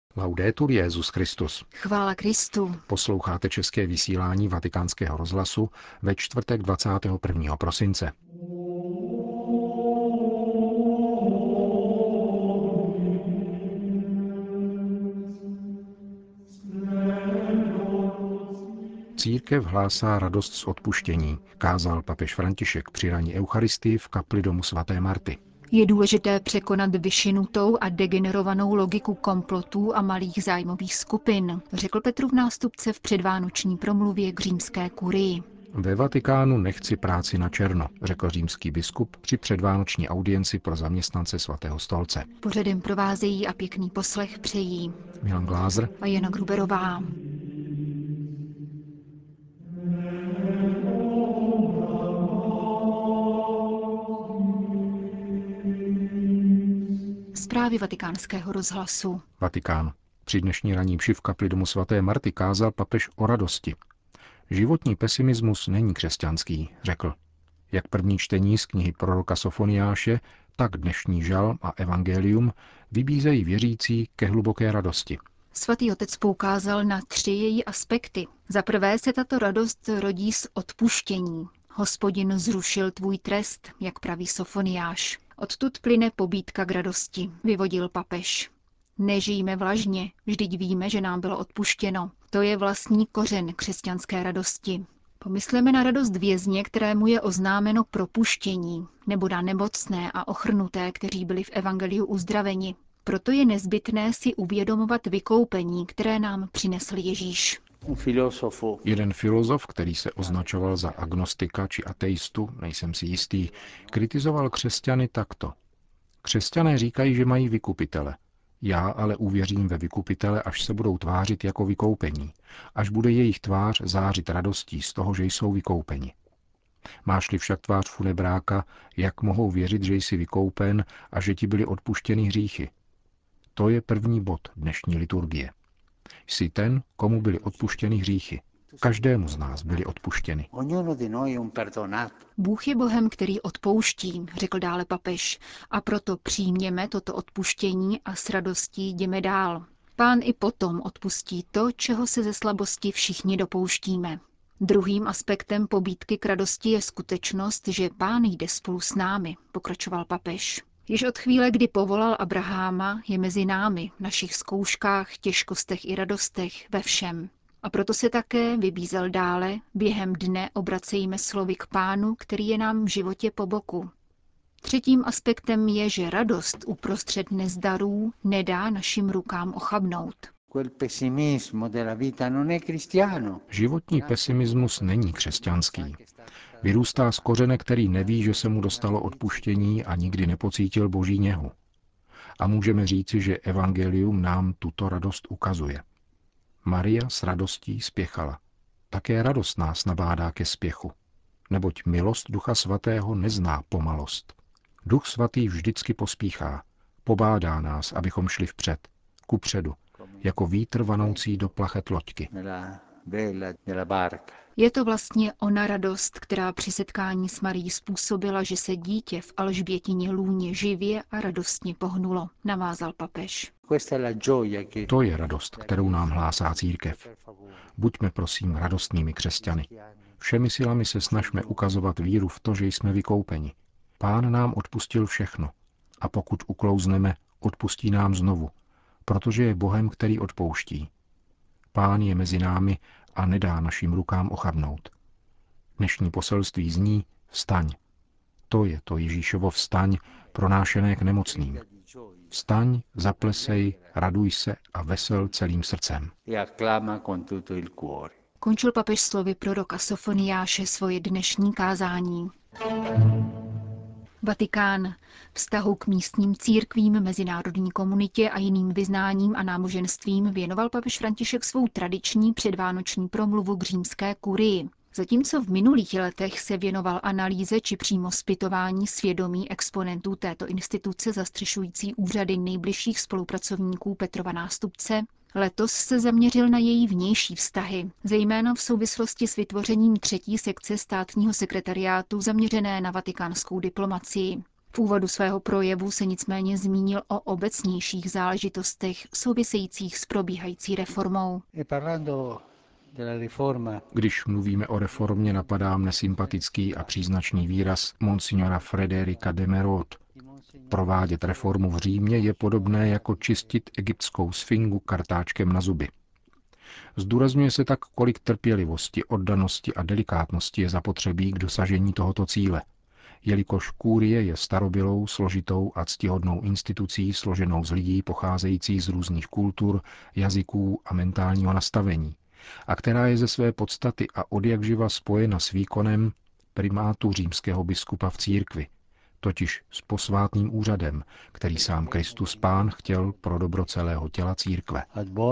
Laudetur Jesus Christus. Chvála Kristu. Posloucháte české vysílání Vatikánského rozhlasu ve čtvrtek 21. prosince. Církev hlásá radost z odpuštění, kázal papež František při raní eucharistii v kapli domu svaté Marty. Je důležité překonat vyšinutou a degenerovanou logiku komplotů a malých zájmových skupin, řekl Petrův nástupce v předvánoční promluvě k římské kurii. Ve Vatikánu nechci práci na černo, řekl římský biskup při předvánoční audienci pro zaměstnance svatého stolce. Pořadem provázejí a pěkný poslech přejí Milan Glázer a Jana Gruberová. Zprávy Vatikánského rozhlasu. Vatikán. Při dnešní ranní mši v kapli domu svaté Marty kázal papež o radosti. Životní pesimismus není křesťanský, řekl. Jak první čtení z knihy proroka Sofoniáše, tak dnešní žalm a evangelium vybízejí věřící ke hluboké radosti. Svatý otec poukázal na 3 její aspekty. Za prvé se tato radost rodí z odpuštění. Hospodin zrušil tvůj trest, jak praví Sofoniáš. Odtud plyne pobídka k radosti, vyvodil papež. Nežijme vlažně, vždyť víme, že nám bylo odpuštěno. To je vlastní kořen křesťanské radosti. Pomysleme na radost vězně, kterému je oznámeno propuštění, nebo na nemocné a ochrnuté, kteří byli v evangeliu uzdraveni. Proto je nezbytné si uvědomovat vykoupení, které nám přinesl Ježíš. Jeden filozof, který se označoval za agnostika či ateistu, nejsem si jistý, kritizoval křesťany takto. Křesťané říkají, že mají vykupitele. Já ale uvěřím ve vykupitele, až se budou tvářit jako vykoupení, až bude jejich tvář zářit radostí z toho, že jsou vykoupeni. Máš-li však tvář funebráka, jak mohou věřit, že jsi vykoupen a že ti byly odpuštěny hříchy? To je první bod dnešní liturgie. Jsi ten, komu byly odpuštěny hříchy. Každému z nás byly odpuštěny. Bůh je Bohem, který odpouští, řekl dále papež, a proto přijměme toto odpuštění a s radostí jdeme dál. Pán i potom odpustí to, čeho se ze slabosti všichni dopouštíme. Druhým aspektem pobídky k radosti je skutečnost, že Pán jde spolu s námi, pokračoval papež. Již od chvíle, kdy povolal Abraháma, je mezi námi, v našich zkouškách, těžkostech i radostech, ve všem. A proto se také vybízel dále, během dne obracejme slovy k Pánu, který je nám v životě po boku. Třetím aspektem je, že radost uprostřed nezdarů nedá našim rukám ochabnout. Životní pesimismus není křesťanský. Vyrůstá z kořene, který neví, že se mu dostalo odpuštění a nikdy nepocítil boží něhu. A můžeme říci, že evangelium nám tuto radost ukazuje. Maria s radostí spěchala. Také radost nás nabádá ke spěchu. Neboť milost Ducha Svatého nezná pomalost. Duch Svatý vždycky pospíchá. Pobádá nás, abychom šli vpřed, kupředu, jako vítr vanoucí do plachet loďky. Je to vlastně ona radost, která při setkání s Marií způsobila, že se dítě v Alžbětině lůně živě a radostně pohnulo, navázal papež. To je radost, kterou nám hlásá církev. Buďme prosím radostnými křesťany. Všemi silami se snažme ukazovat víru v to, že jsme vykoupeni. Pán nám odpustil všechno. A pokud uklouzneme, odpustí nám znovu, protože je Bohem, který odpouští. Pán je mezi námi a nedá našim rukám ochabnout. Dnešní poselství zní vstaň. To je to Ježíšovo vstaň, pronášené k nemocným. Vstaň, zaplesej, raduj se a vesel celým srdcem. Končil papež slovy proroka Sofoniáše svoje dnešní kázání. Vatikán. Vztahu k místním církvím, mezinárodní komunitě a jiným vyznáním a náboženstvím věnoval papež František svou tradiční předvánoční promluvu k římské kurii. Zatímco v minulých letech se věnoval analýze či přímo zpytování svědomí exponentů této instituce zastřešující úřady nejbližších spolupracovníků Petrova nástupce, letos se zaměřil na její vnější vztahy, zejména v souvislosti s vytvořením 3. sekce státního sekretariátu zaměřené na vatikánskou diplomacii. V úvodu svého projevu se nicméně zmínil o obecnějších záležitostech souvisejících s probíhající reformou. Když mluvíme o reformě, napadá mne sympatický a příznačný výraz monsignora Frederica de Merode. Provádět reformu v Římě je podobné jako čistit egyptskou sfingu kartáčkem na zuby. Zdůrazňuje se tak, kolik trpělivosti, oddanosti a delikátnosti je zapotřebí k dosažení tohoto cíle, jelikož kúrie je starobylou, složitou a ctihodnou institucí složenou z lidí pocházejících z různých kultur, jazyků a mentálního nastavení, a která je ze své podstaty a odjakživa spojena s výkonem primátu římského biskupa v církvi, totiž s posvátným úřadem, který sám Kristus Pán chtěl pro dobro celého těla církve.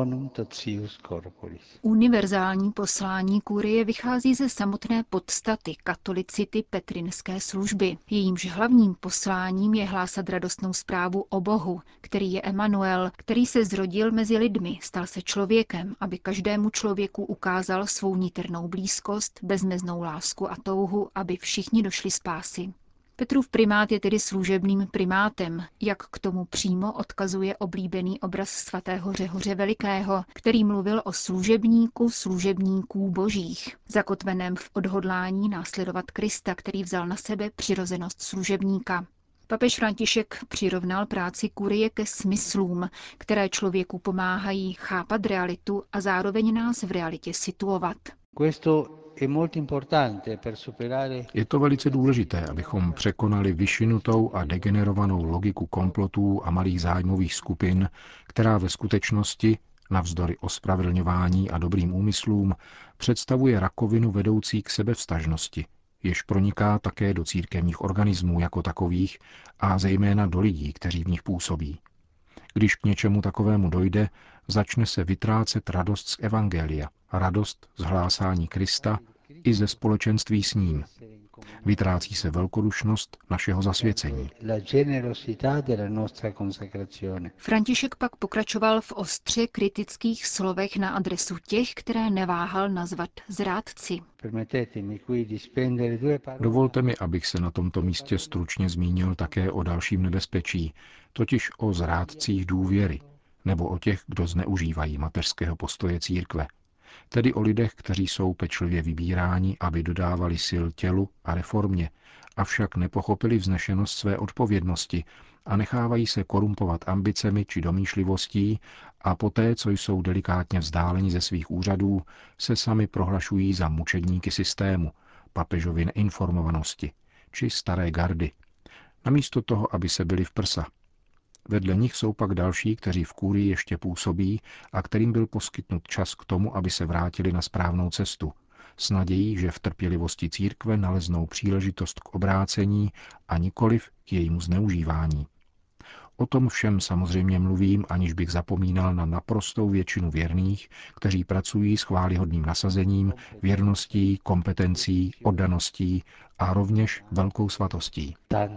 Univerzální poslání kurie vychází ze samotné podstaty katolicity petrinské služby. Jejímž hlavním posláním je hlásat radostnou zprávu o Bohu, který je Emanuel, který se zrodil mezi lidmi, stal se člověkem, aby každému člověku ukázal svou niternou blízkost, bezmeznou lásku a touhu, aby všichni došli spásy. Petrův primát je tedy služebným primátem, jak k tomu přímo odkazuje oblíbený obraz svatého Řehoře Velikého, který mluvil o služebníků božích, zakotveném v odhodlání následovat Krista, který vzal na sebe přirozenost služebníka. Papež František přirovnal práci kurie ke smyslům, které člověku pomáhají chápat realitu a zároveň nás v realitě situovat. Je to velice důležité, abychom překonali vyšinutou a degenerovanou logiku komplotů a malých zájmových skupin, která ve skutečnosti, navzdory ospravedlňování a dobrým úmyslům, představuje rakovinu vedoucí k sebevztažnosti, jež proniká také do církevních organismů jako takových a zejména do lidí, kteří v nich působí. Když k něčemu takovému dojde, začne se vytrácet radost z evangelia, radost z hlásání Krista i ze společenství s ním. Vytrácí se velkodušnost našeho zasvěcení. František pak pokračoval v ostře kritických slovech na adresu těch, které neváhal nazvat zrádci. Dovolte mi, abych se na tomto místě stručně zmínil také o dalším nebezpečí, totiž o zrádcích důvěry, nebo o těch, kdo zneužívají mateřského postoje církve. Tedy o lidech, kteří jsou pečlivě vybíráni, aby dodávali sil tělu a reformě, avšak nepochopili vznešenost své odpovědnosti a nechávají se korumpovat ambicemi či domýšlivostí a poté, co jsou delikátně vzdáleni ze svých úřadů, se sami prohlašují za mučedníky systému, papežovy neinformovanosti či staré gardy, namísto toho, aby se byli v prsa. Vedle nich jsou pak další, kteří v kúrii ještě působí a kterým byl poskytnut čas k tomu, aby se vrátili na správnou cestu, s nadějí, že v trpělivosti církve naleznou příležitost k obrácení a nikoliv k jejímu zneužívání. O tom všem samozřejmě mluvím, aniž bych zapomínal na naprostou většinu věrných, kteří pracují s chvályhodným nasazením, věrností, kompetencí, oddaností a rovněž velkou svatostí.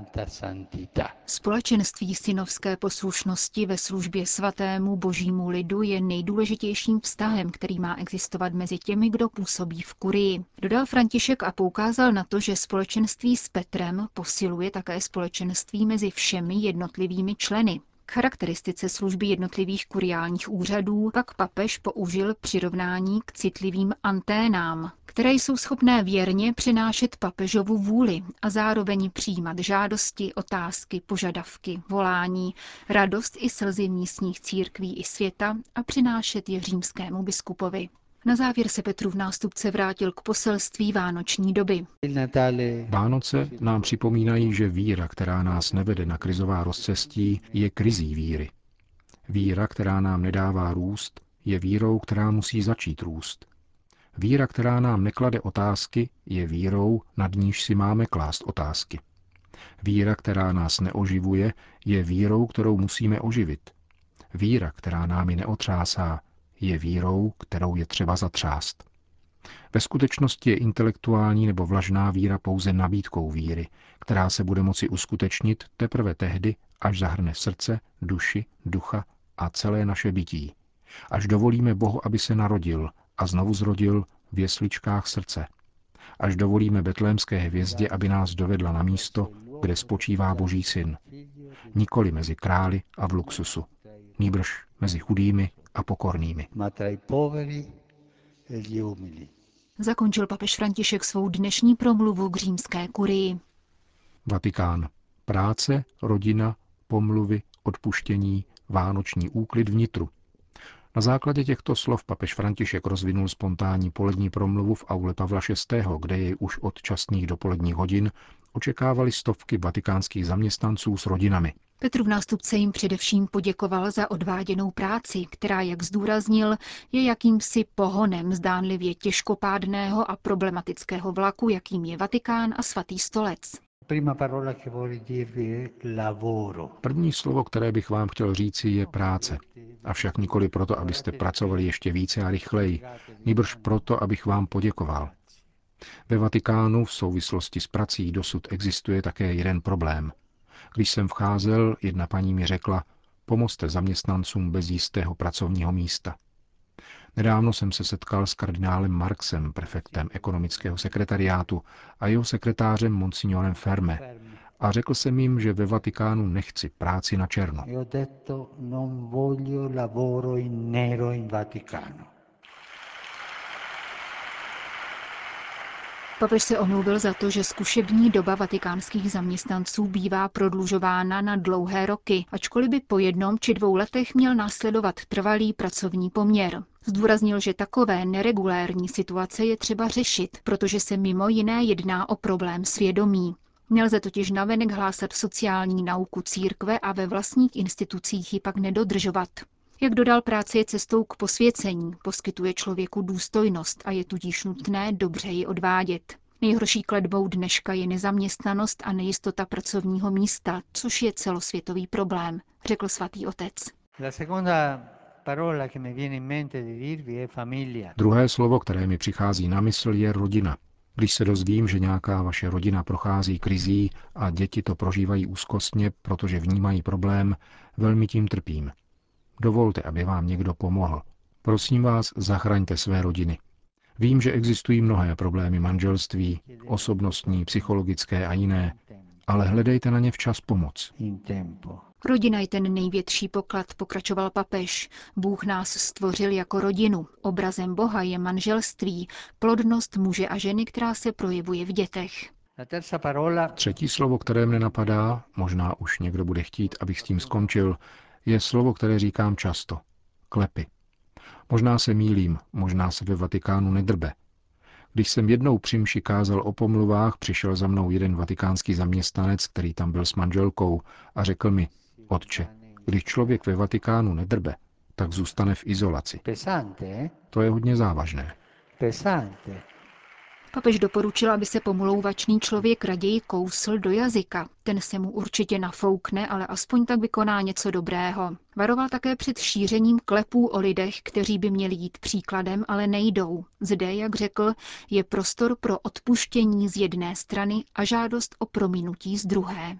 Společenství synovské poslušnosti ve službě svatému božímu lidu je nejdůležitějším vztahem, který má existovat mezi těmi, kdo působí v kurii. Dodal František a poukázal na to, že společenství s Petrem posiluje také společenství mezi všemi jednotlivými členy. K charakteristice služby jednotlivých kuriálních úřadů pak papež použil přirovnání k citlivým anténám, které jsou schopné věrně přinášet papežovu vůli a zároveň přijímat žádosti, otázky, požadavky, volání, radost i slzy místních církví i světa a přinášet je římskému biskupovi. Na závěr se Petrův nástupce vrátil k poselství vánoční doby. Vánoce nám připomínají, že víra, která nás nevede na krizová rozcestí, je krizí víry. Víra, která nám nedává růst, je vírou, která musí začít růst. Víra, která nám neklade otázky, je vírou, nad níž si máme klást otázky. Víra, která nás neoživuje, je vírou, kterou musíme oživit. Víra, která námi neotřásá, je vírou, kterou je třeba zatřást. Ve skutečnosti je intelektuální nebo vlažná víra pouze nabídkou víry, která se bude moci uskutečnit teprve tehdy, až zahrne srdce, duši, ducha a celé naše bytí. Až dovolíme Bohu, aby se narodil a znovu zrodil v jesličkách srdce. Až dovolíme betlémské hvězdě, aby nás dovedla na místo, kde spočívá Boží syn. Nikoli mezi králi a v luxusu, nýbrž mezi chudými a pokornými. Zakončil papež František svou dnešní promluvu k římské kurii. Vatikán. Práce, rodina, pomluvy, odpuštění, vánoční úklid vnitru. Na základě těchto slov papež František rozvinul spontánní polední promluvu v aule Pavla VI., kde jej už od časných dopoledních hodin očekávali stovky vatikánských zaměstnanců s rodinami. Petrův nástupce jim především poděkoval za odváděnou práci, která, jak zdůraznil, je jakýmsi pohonem zdánlivě těžkopádného a problematického vlaku, jakým je Vatikán a Svatý stolec. První slovo, které bych vám chtěl říci, je práce. Avšak nikoli proto, abyste pracovali ještě více a rychleji, nýbrž proto, abych vám poděkoval. Ve Vatikánu v souvislosti s prací dosud existuje také jeden problém. Když jsem vcházel, jedna paní mi řekla, pomozte zaměstnancům bez jistého pracovního místa. Nedávno jsem se setkal s kardinálem Marxem, prefektem ekonomického sekretariátu, a jeho sekretářem monsignorem Ferme, a řekl jsem jim, že ve Vatikánu nechci práci na černo. Papež se omluvil za to, že zkušební doba vatikánských zaměstnanců bývá prodlužována na dlouhé roky, ačkoliv by po 1 či 2 letech měl následovat trvalý pracovní poměr. Zdůraznil, že takové neregulérní situace je třeba řešit, protože se mimo jiné jedná o problém svědomí. Nelze totiž navenek hlásat sociální nauku církve a ve vlastních institucích ji pak nedodržovat. Jak dodal, práce je cestou k posvěcení, poskytuje člověku důstojnost a je tudíž nutné dobře ji odvádět. Nejhorší kletbou dneška je nezaměstnanost a nejistota pracovního místa, což je celosvětový problém, řekl svatý otec. Druhé slovo, které mi přichází na mysl, je rodina. Když se dozvím, že nějaká vaše rodina prochází krizí a děti to prožívají úzkostně, protože vnímají problém, velmi tím trpím. Dovolte, aby vám někdo pomohl. Prosím vás, zachraňte své rodiny. Vím, že existují mnohé problémy manželství, osobnostní, psychologické a jiné, ale hledejte na ně včas pomoc. Rodina je ten největší poklad, pokračoval papež. Bůh nás stvořil jako rodinu. Obrazem Boha je manželství, plodnost muže a ženy, která se projevuje v dětech. Třetí slovo, které mne napadá, možná už někdo bude chtít, abych s tím skončil, je slovo, které říkám často. Klepy. Možná se mýlím, možná se ve Vatikánu nedrbe. Když jsem jednou při mši kázal o pomluvách, přišel za mnou jeden vatikánský zaměstnanec, který tam byl s manželkou, a řekl mi, otče, když člověk ve Vatikánu nedrbe, tak zůstane v izolaci. To je hodně závažné. Papež doporučil, aby se pomlouvačný člověk raději kousl do jazyka. Ten se mu určitě nafoukne, ale aspoň tak vykoná něco dobrého. Varoval také před šířením klepů o lidech, kteří by měli jít příkladem, ale nejdou. Zde, jak řekl, je prostor pro odpuštění z jedné strany a žádost o prominutí z druhé.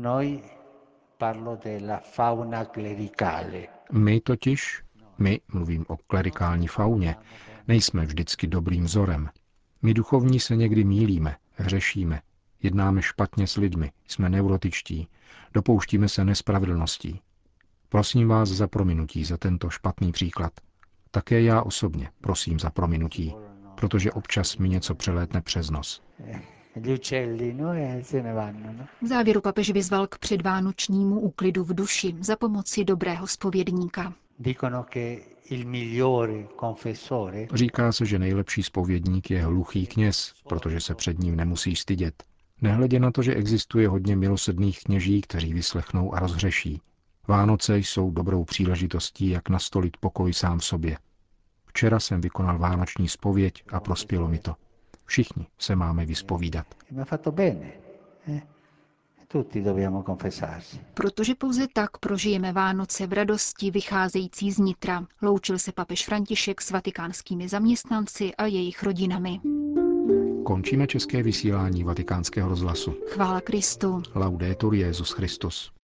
My mluvím o klerikální fauně, nejsme vždycky dobrým vzorem. My duchovní se někdy mýlíme, hřešíme, jednáme špatně s lidmi, jsme neurotičtí, dopouštíme se nespravedlností. Prosím vás za prominutí za tento špatný příklad. Také já osobně prosím za prominutí, protože občas mi něco přelétne přes nos. V závěru papež vyzval k předvánočnímu úklidu v duši za pomoci dobrého zpovědníka. Říká se, že nejlepší zpovědník je hluchý kněz, protože se před ním nemusí stydět. Nehledě na to, že existuje hodně milosrdných kněží, kteří vyslechnou a rozhřeší. Vánoce jsou dobrou příležitostí, jak nastolit pokoj sám v sobě. Včera jsem vykonal vánoční zpověď a prospělo mi to. Všichni se máme vyspovídat. Protože pouze tak prožijeme Vánoce v radosti vycházející z nitra. Loučil se papež František s vatikánskými zaměstnanci a jejich rodinami. Končíme české vysílání Vatikánského rozhlasu. Chvála Kristu. Laudetur Jesus Christus.